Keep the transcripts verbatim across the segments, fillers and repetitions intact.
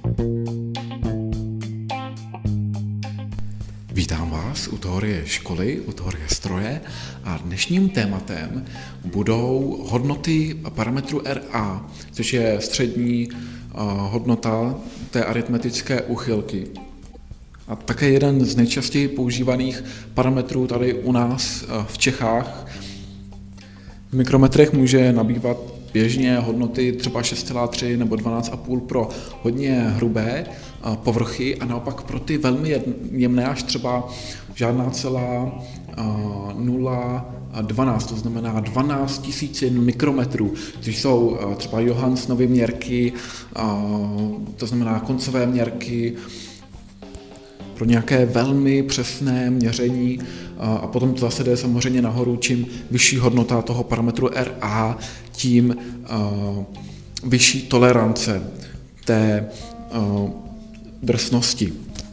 Vítám vás u teorie školy, u teorie stroje a dnešním tématem budou hodnoty parametru R A, což je střední hodnota té aritmetické úchylky. A také jeden z nejčastěji používaných parametrů tady u nás v Čechách. V mikrometrech může nabývat běžně hodnoty třeba šest celá tři nebo dvanáct celá pět pro hodně hrubé povrchy a naopak pro ty velmi jemné až třeba žádná celá nula dvanáct, to znamená dvanáct tisíc mikrometrů, což jsou třeba Johanssovy měrky, to znamená koncové měrky, pro nějaké velmi přesné měření a potom to zase jde samozřejmě nahoru, čím vyšší hodnota toho parametru R A, tím vyšší tolerance té drsnosti.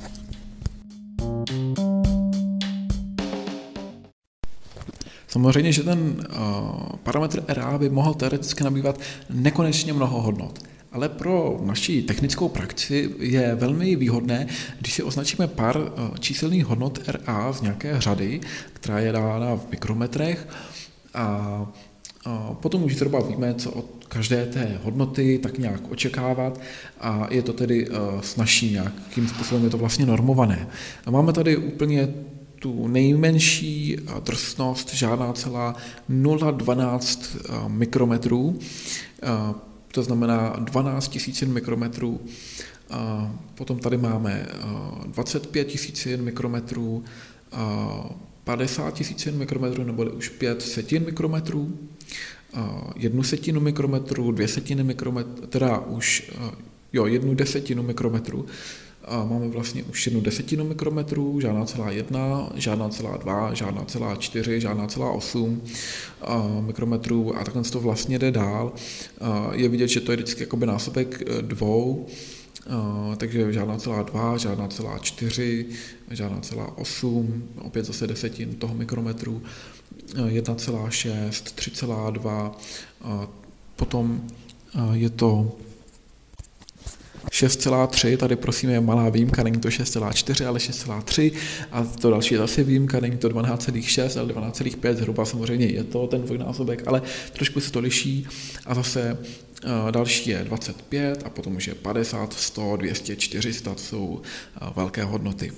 Samozřejmě, že ten parametr R A by mohl teoreticky nabývat nekonečně mnoho hodnot. Ale pro naši technickou praxi je velmi výhodné, když si označíme pár číselných hodnot R A z nějaké řady, která je dána v mikrometrech a potom už třeba víme, co od každé té hodnoty tak nějak očekávat a je to tedy snazší nějakým způsobem, je to vlastně normované. A máme tady úplně tu nejmenší drsnost, žádná celá nula dvanáct mikrometrů, to znamená dvanáct tisíc mikrometrů, potom tady máme dvacet pět tisíc mikrometrů, padesát tisíc mikrometrů nebo už pět setin mikrometrů, jednu setinu mikrometru, dvě setiny mikrometru, teda už jo, jednu desetinu mikrometru, a máme vlastně už jednu desetinu mikrometru, žádná celá jedna, žádná celá dva, žádná celá čtyři, žádná celá osm mikrometrů a takhle to vlastně jde dál. Je vidět, že to je vždycky jakoby násobek dvou, takže žádná celá dva, žádná celá čtyři, žádná celá osm, opět zase desetin toho mikrometru, jedna celá šest, tři celá dva, potom je to šest celá tři, tady prosím je malá výjimka, není to šest celá čtyři, ale šest celá tři a to další je zase výjimka, není to dvanáct celá šest, ale dvanáct celá pět, zhruba samozřejmě je to ten dvojnásobek, ale trošku se to liší a zase další je dvacet pět a potom už je padesát, sto, dvě stě, čtyři sta, to jsou velké hodnoty.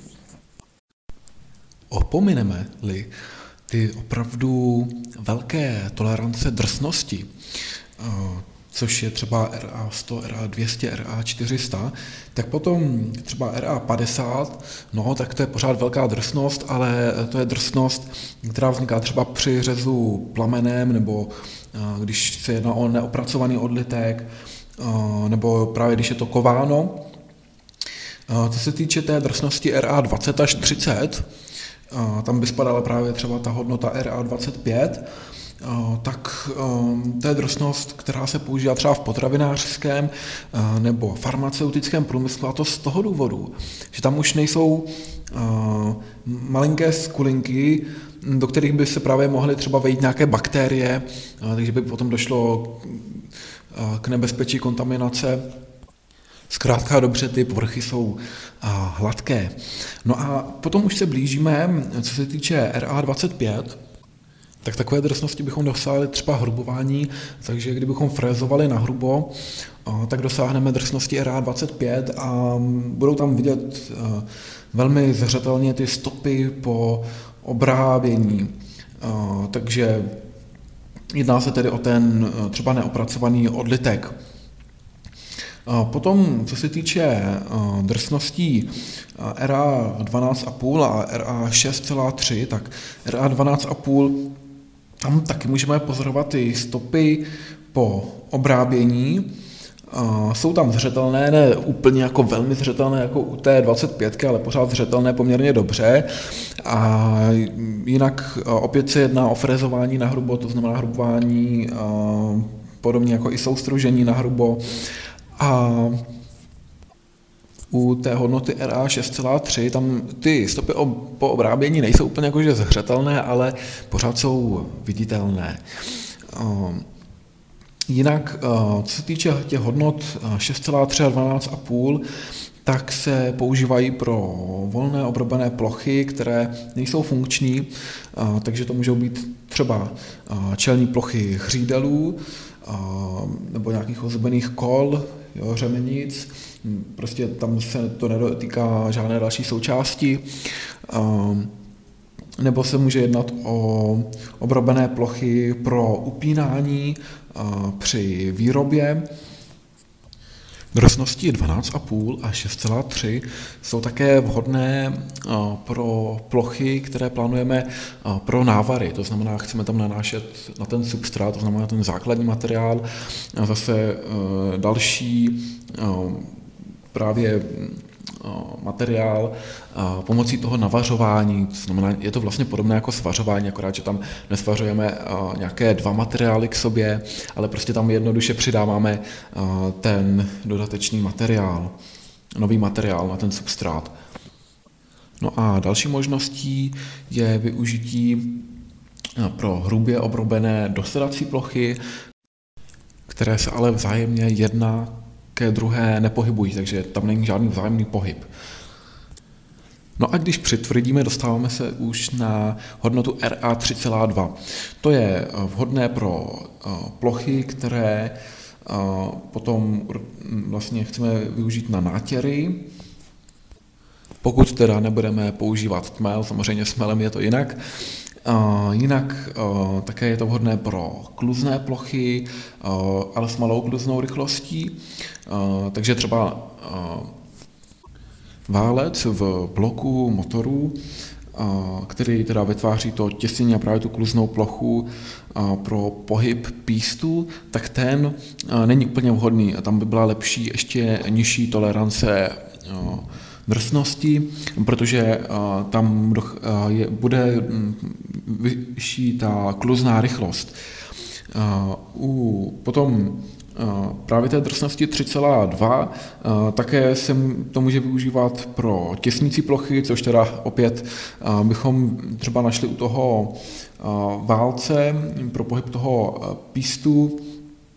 Opomineme-li ty opravdu velké tolerance drsnosti, což je třeba R A sto, R A dvě stě, R A čtyři sta, tak potom třeba R A padesát, no tak to je pořád velká drsnost, ale to je drsnost, která vzniká třeba při řezu plamenem, nebo když se jedná o neopracovaný odlitek, nebo právě když je to kováno. Co se týče té drsnosti R A dvacet až třicet, tam by spadala právě třeba ta hodnota R A dvacet pět, tak to je drsnost, která se používá třeba v potravinářském nebo farmaceutickém průmyslu, a to z toho důvodu, že tam už nejsou malinké skulinky, do kterých by se právě mohly třeba vejít nějaké bakterie, takže by potom došlo k nebezpečí kontaminace. Zkrátka dobře, ty povrchy jsou hladké. No a potom už se blížíme, co se týče R A dvacet pět, tak takové drsnosti bychom dosáhli třeba hrubování, takže kdybychom frézovali na hrubo, tak dosáhneme drsnosti R A dvacet pět a budou tam vidět velmi zřetelně ty stopy po obrábění. Takže jedná se tedy o ten třeba neopracovaný odlitek. Potom, co se týče drsností R A dvanáct celá pět a R A šest celá tři, tak R A dvanáct celá pět, tam taky můžeme pozorovat ty stopy po obrábění. Jsou tam zřetelné, ne úplně jako velmi zřetelné jako u té dvacet pět, ale pořád zřetelné poměrně dobře. A jinak opět se jedná o frézování na hrubo, to znamená hrubování, podobně jako i soustružení na hrubo. A u té hodnoty R A šest celá tři, tam ty stopy po obrábění nejsou úplně jakože zřetelné, ale pořád jsou viditelné. Jinak, co se týče těch hodnot šest celá tři a dvanáct celá pět, tak se používají pro volné obrobené plochy, které nejsou funkční, takže to můžou být třeba čelní plochy hřídelů nebo nějakých ozdobených kol, jo, řemenic, prostě tam se to nedotýká žádné další součásti, nebo se může jednat o obrobené plochy pro upínání při výrobě. Drsnosti dvanáct celá pět a šest celá tři jsou také vhodné pro plochy, které plánujeme pro návary. To znamená, chceme tam nanášet na ten substrát, to znamená ten základní materiál, a zase další právě materiál pomocí toho navařování, to znamená, je to vlastně podobné jako svařování, akorát, že tam nesvařujeme nějaké dva materiály k sobě, ale prostě tam jednoduše přidáváme ten dodatečný materiál, nový materiál na ten substrát. No a další možností je využití pro hrubě obrobené dosedací plochy, které se ale vzájemně jedna ke druhé nepohybují, takže tam není žádný vzájemný pohyb. No a když přitvrdíme, dostáváme se už na hodnotu R A tři celá dva. To je vhodné pro plochy, které potom vlastně chceme využít na nátěry. Pokud teda nebudeme používat tmel, samozřejmě s tmelem je to jinak. Uh, jinak uh, také je to vhodné pro kluzné plochy, uh, ale s malou kluznou rychlostí. Uh, takže třeba uh, válec v bloku motoru, uh, který teda vytváří to těsnění a právě tu kluznou plochu uh, pro pohyb pístu, tak ten uh, není úplně vhodný. A tam by byla lepší ještě nižší tolerance uh, drsnosti, protože uh, tam uh, je, bude vyšší ta kluzná rychlost. Uh, u, potom uh, právě té drsnosti tři celá dva uh, také se to může využívat pro těsnící plochy, což teda opět uh, bychom třeba našli u toho uh, válce pro pohyb toho uh, pístu, uh,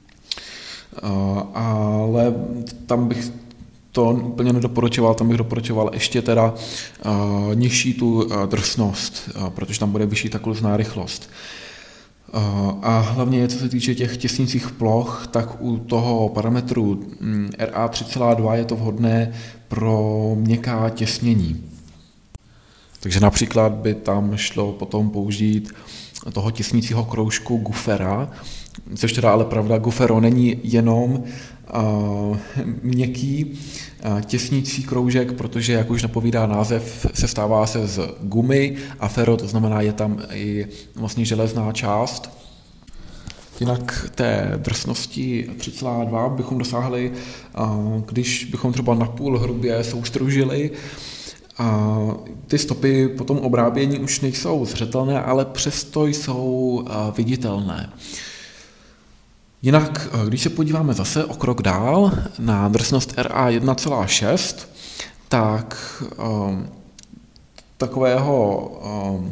ale tam bych to úplně nedoporučoval, tam bych doporučoval ještě teda uh, nižší tu uh, drsnost, uh, protože tam bude vyšší ta kluzná rychlost. Uh, a hlavně, co se týče těch těsnících ploch, tak u toho parametru mm, R A tři celá dva je to vhodné pro měkká těsnění. Takže například by tam šlo potom použít toho těsnícího kroužku Gufera, což teda ale pravda, Gufero není jenom uh, měkký uh, těsnící kroužek, protože, jak už napovídá název, se stává se z gumy a fero, to znamená, je tam i vlastně železná část. Jinak té drsnosti tři celá dva bychom dosáhli, uh, když bychom třeba napůl hrubě soustružili. A ty stopy po tom obrábění už nejsou zřetelné, ale přesto jsou viditelné. Jinak, když se podíváme zase o krok dál na drsnost R A jedna celá šest, tak um, takového um,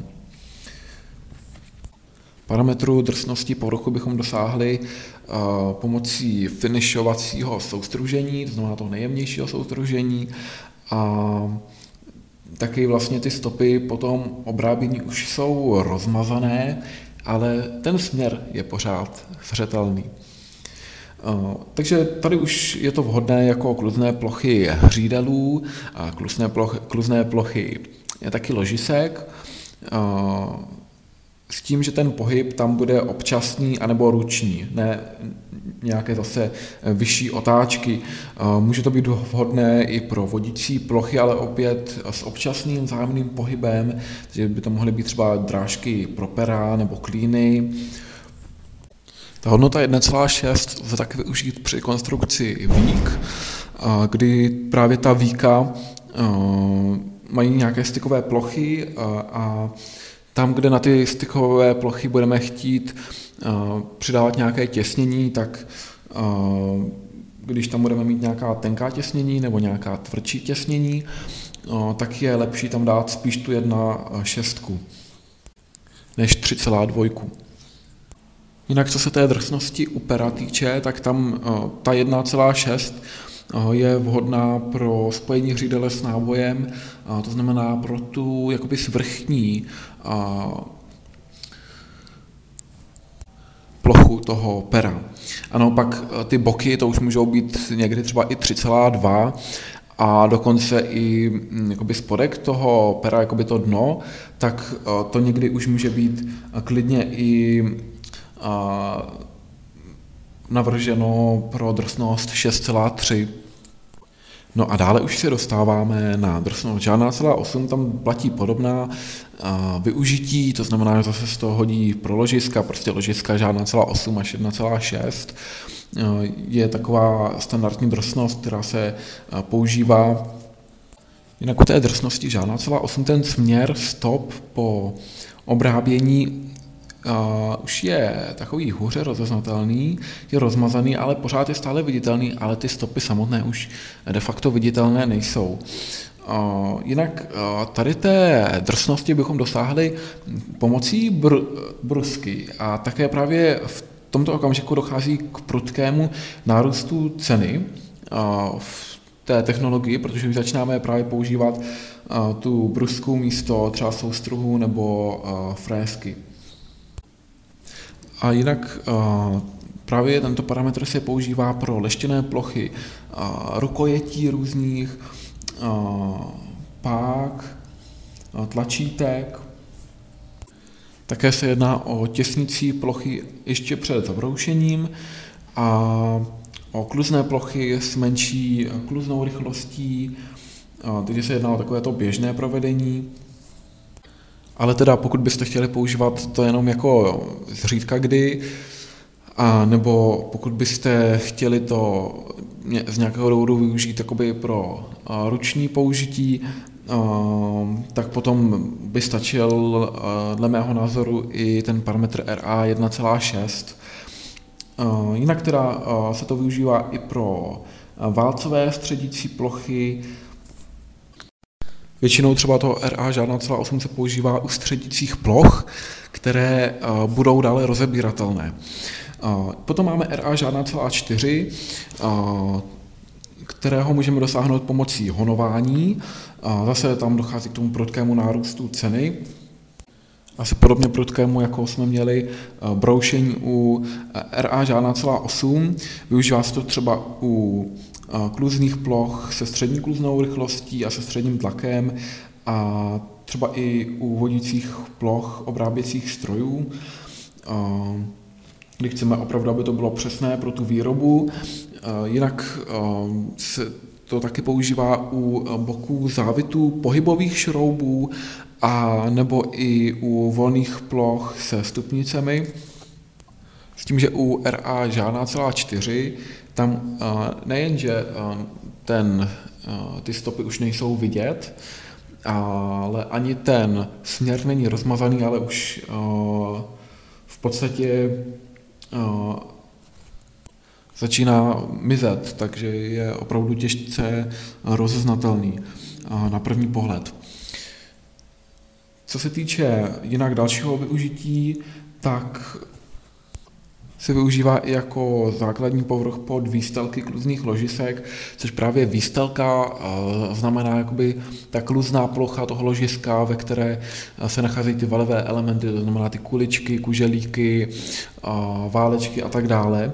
parametru drsnosti povrchu bychom dosáhli uh, pomocí finishovacího soustružení, to znamená toho nejjemnějšího soustružení, a taky vlastně ty stopy po tom obrábění už jsou rozmazané, ale ten směr je pořád zřetelný. Takže tady už je to vhodné jako kluzné plochy hřídelů a kluzné plochy, kluzné plochy je taky ložisek, s tím, že ten pohyb tam bude občasný anebo ruční, ne nějaké zase vyšší otáčky. Může to být vhodné i pro vodící plochy, ale opět s občasným vzájemným pohybem, že by to mohly být třeba drážky pro pera nebo klíny. Ta hodnota jedna celá šest lze také využít při konstrukci vík, kdy právě ta víka mají nějaké stykové plochy a tam, kde na ty stykové plochy budeme chtít uh, přidávat nějaké těsnění, tak uh, když tam budeme mít nějaká tenká těsnění nebo nějaká tvrdší těsnění, uh, tak je lepší tam dát spíš tu jedna šestku než tři celá dva. Jinak co se té drsnosti u pera týče, tak tam ta jedna celá šest je vhodná pro spojení hřídele s nábojem, to znamená pro tu jakoby svrchní plochu toho pera. A naopak ty boky, to už můžou být někdy třeba i tři celá dva a dokonce i jakoby spodek toho pera, jakoby to dno, tak to někdy už může být klidně i navrženo pro drsnost šest celá tři. No a dále už se dostáváme na drsnost žádná celá osm, tam platí podobná využití, to znamená, že zase z toho hodí pro ložiska, prostě ložiska žádná celá osm až jedna celá šest. Je taková standardní drsnost, která se používá. Jinak u té drsnosti žádná celá osm ten směr stop po obrábění Uh, už je takový hůře rozeznatelný, je rozmazaný, ale pořád je stále viditelný, ale ty stopy samotné už de facto viditelné nejsou. Uh, jinak uh, tady té drsnosti bychom dosáhli pomocí br- brusky a také právě v tomto okamžiku dochází k prudkému nárůstu ceny uh, v té technologii, protože už začínáme právě používat uh, tu brusku místo třeba soustruhu nebo uh, frézky. A jinak právě tento parametr se používá pro leštěné plochy rukojetí různých, pák, tlačítek. Také se jedná o těsnicí plochy ještě před zabroušením a o kluzné plochy s menší kluznou rychlostí, takže se jedná o takovéto běžné provedení. Ale teda pokud byste chtěli používat to jenom jako zřídka kdy, a nebo pokud byste chtěli to z nějakého důvodu využít jakoby pro ruční použití, tak potom by stačil dle mého názoru i ten parametr R A jedna celá šest. Jinak teda se to využívá i pro válcové středící plochy. Většinou třeba to R A žádná celá osm se používá u středících ploch, které budou dále rozebíratelné. Potom máme R A žádná celá čtyři, kterého můžeme dosáhnout pomocí honování. Zase tam dochází k tomu prudkému nárůstu ceny. Asi podobně prudkému, jako jsme měli broušení u R A žádná celá osm. Využívá se to třeba u kluzných ploch se střední kluznou rychlostí a se středním tlakem a třeba i u vodících ploch obráběcích strojů, kdy chceme opravdu, aby to bylo přesné pro tu výrobu. Jinak se to taky používá u boků závitů pohybových šroubů a nebo i u volných ploch se stupnicemi. S tím, že u R A žádná celá čtyři, tam nejenže ten, ty stopy už nejsou vidět, ale ani ten směr není rozmazaný, ale už v podstatě začíná mizet, takže je opravdu těžce rozeznatelný na první pohled. Co se týče jinak dalšího využití, tak se využívá i jako základní povrch pod výstelky kluzných ložisek, což právě výstelka znamená jakoby ta kluzná plocha toho ložiska, ve které se nacházejí ty valové elementy, to znamená ty kuličky, kuželíky, válečky a tak dále.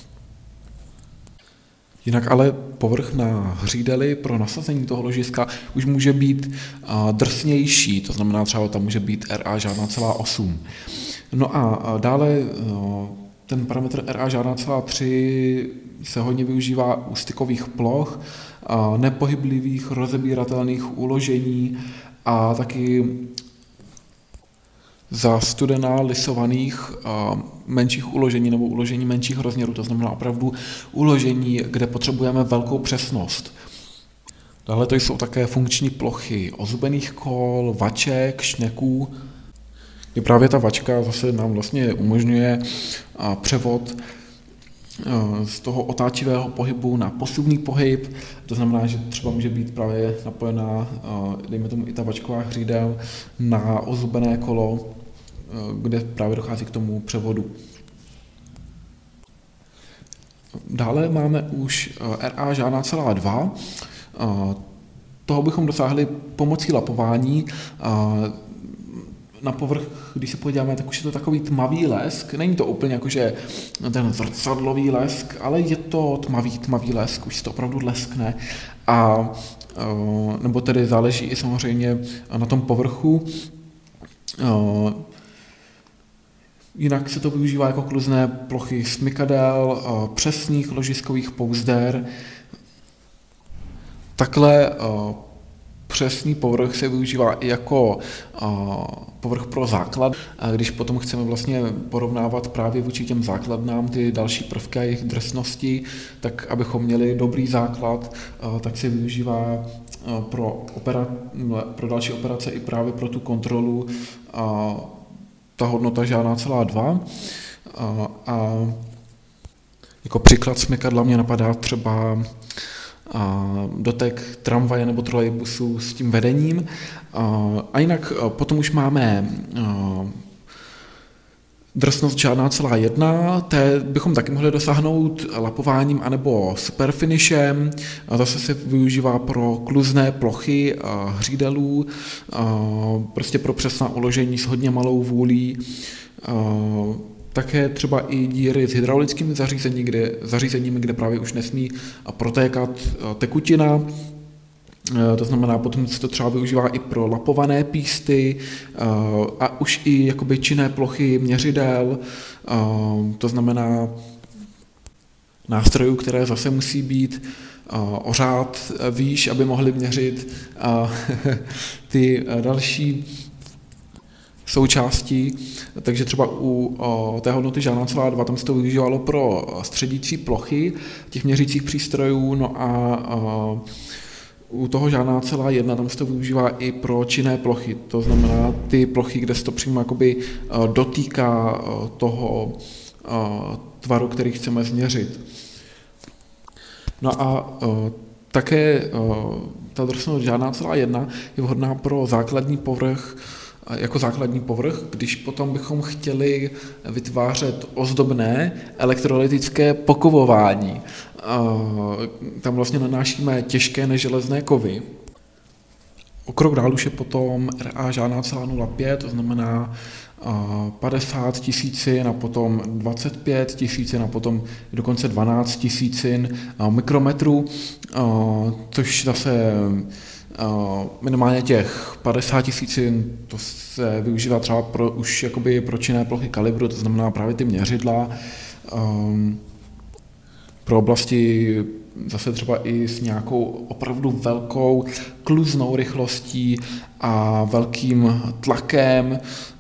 Jinak ale povrch na hřídeli pro nasazení toho ložiska už může být drsnější, to znamená třeba tam může být R A žádná celá osm. No a dále ten parametr R A žádná celá tři se hodně využívá u stykových ploch, nepohyblivých rozebíratelných uložení a taky za studená lisovaných menších uložení nebo uložení menších rozměrů, to znamená opravdu uložení, kde potřebujeme velkou přesnost. Dále to jsou také funkční plochy ozubených kol, vaček, šneků, kdy právě ta vačka zase nám vlastně umožňuje převod z toho otáčivého pohybu na posuvný pohyb, to znamená, že třeba může být právě napojená, dejme tomu i ta vačková hřídel, na ozubené kolo, kde právě dochází k tomu převodu. Dále máme už R A žádná celá dva. Toho bychom dosáhli pomocí lapování. Na povrch, když se podíváme, tak už je to takový tmavý lesk. Není to úplně jakože ten zrcadlový lesk, ale je to tmavý, tmavý lesk, už se to opravdu leskne. A, nebo tedy záleží i samozřejmě na tom povrchu. Jinak se to využívá jako kluzné plochy smykadel, přesných ložiskových pouzder. Takhle přesný povrch se využívá i jako povrch pro základ. Když potom chceme vlastně porovnávat právě vůči těm základnám ty další prvky a jejich drsnosti, tak abychom měli dobrý základ, tak se využívá pro, opera, pro další operace i právě pro tu kontrolu ta hodnota žádná celá dva. A, a jako příklad smykadla mě napadá třeba a, dotek tramvaje nebo trolejbusu s tím vedením. A, a jinak a potom už máme a, drsnost žádná celá jedna, té bychom taky mohli dosáhnout lapováním anebo superfinishem. A zase se využívá pro kluzné plochy a hřídelů, a prostě pro přesná uložení s hodně malou vůlí. A také třeba i díry s hydraulickými zařízení, kde, zařízeními, kde právě už nesmí protékat tekutina. To znamená, potom se to třeba využívá i pro lapované písty a už i jakoby činné plochy měřidel, to znamená nástrojů, které zase musí být o řád výš, aby mohly měřit ty další součástí. Takže třeba u té hodnoty žádná celá dva tam se to využívalo pro středící plochy těch měřících přístrojů, no a u toho žádná celá jedna, tam se to využívá i pro činné plochy, to znamená ty plochy, kde se to přímo jakoby dotýká toho tvaru, který chceme změřit. No a také ta drsnost žádná celá jedna je vhodná pro základní povrch, jako základní povrch, když potom bychom chtěli vytvářet ozdobné elektrolytické pokovování. Tam vlastně nanášíme těžké neželezné kovy. O krok dál už je potom R A žádná celá nula pět, to znamená padesát tisícin a potom dvacet pět tisícin a potom dokonce dvanáct tisícin mikrometrů, což zase minimálně těch padesát tisícin, to se využívá třeba pro, už jakoby pro činné plochy kalibru, to znamená právě ty měřidla, pro oblasti zase třeba i s nějakou opravdu velkou kluznou rychlostí a velkým tlakem.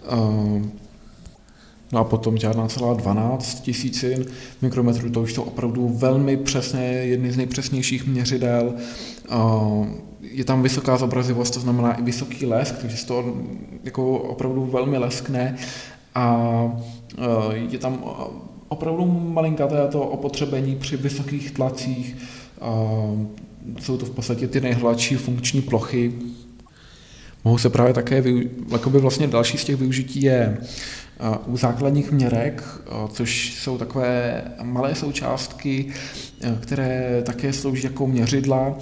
No a potom žádná celá dvanáct tisícin mikrometrů, to už jsou opravdu velmi přesné, jedny z nejpřesnějších měřidel. Je tam vysoká zobrazivost, to znamená i vysoký lesk, takže se to jako opravdu velmi leskne a je tam opravdu malinká to opotřebení při vysokých tlacích. Jsou to v podstatě ty nejhladší funkční plochy. Mohou se právě také využít, vlastně další z těch využití je u základních měrek, což jsou takové malé součástky, které také slouží jako měřidla.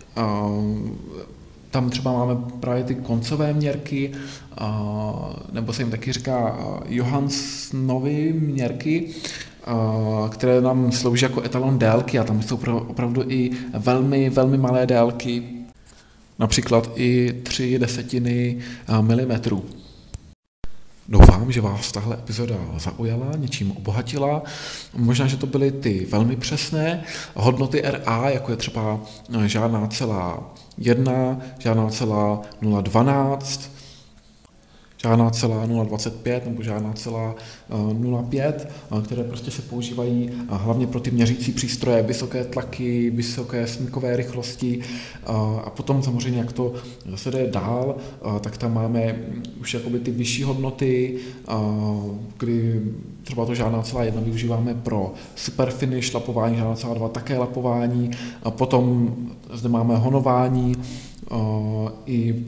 Tam třeba máme právě ty koncové měrky, nebo se jim taky říká Johanssovy měrky, které nám slouží jako etalon délky a tam jsou opravdu i velmi, velmi malé délky, například i tři desetiny milimetru. Doufám, že vás tahle epizoda zaujala, něčím obohatila. Možná, že to byly ty velmi přesné hodnoty R A, jako je třeba žádná celá jedna, žádná celá nula dvanáct, žádná celá nula dvacet pět nebo žádná celá nula pět, které prostě se používají hlavně pro ty měřící přístroje, vysoké tlaky, vysoké smykové rychlosti a potom samozřejmě, jak to zase jde dál, tak tam máme už jakoby ty vyšší hodnoty, kdy třeba to žádná celá jedna využíváme pro superfinish, lapování, žádná celá dva také lapování, a potom zde máme honování i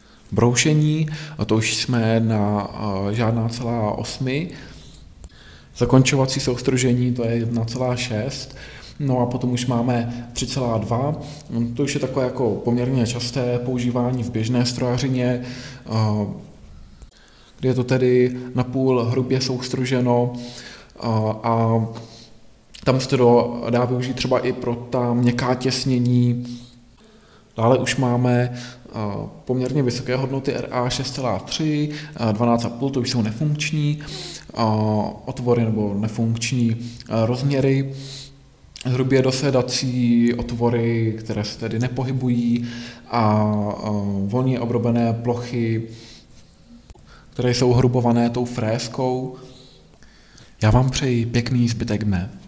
broušení, a to už jsme na žádná celá osmi. Zakončovací soustružení to je jedna celá šest, no a potom už máme tři celá dva, to už je takové jako poměrně časté používání v běžné strojařině, kde je to tedy napůl hrubě soustruženo a tam se to dá využít třeba i pro ta měkká těsnění. Dále už máme poměrně vysoké hodnoty R A šest celá tři, dvanáct celá pět, to už jsou nefunkční otvory nebo nefunkční rozměry, hrubě dosedací otvory, které se tedy nepohybují a volně obrobené plochy, které jsou hrubované tou fréskou. Já vám přeji pěkný zbytek dne.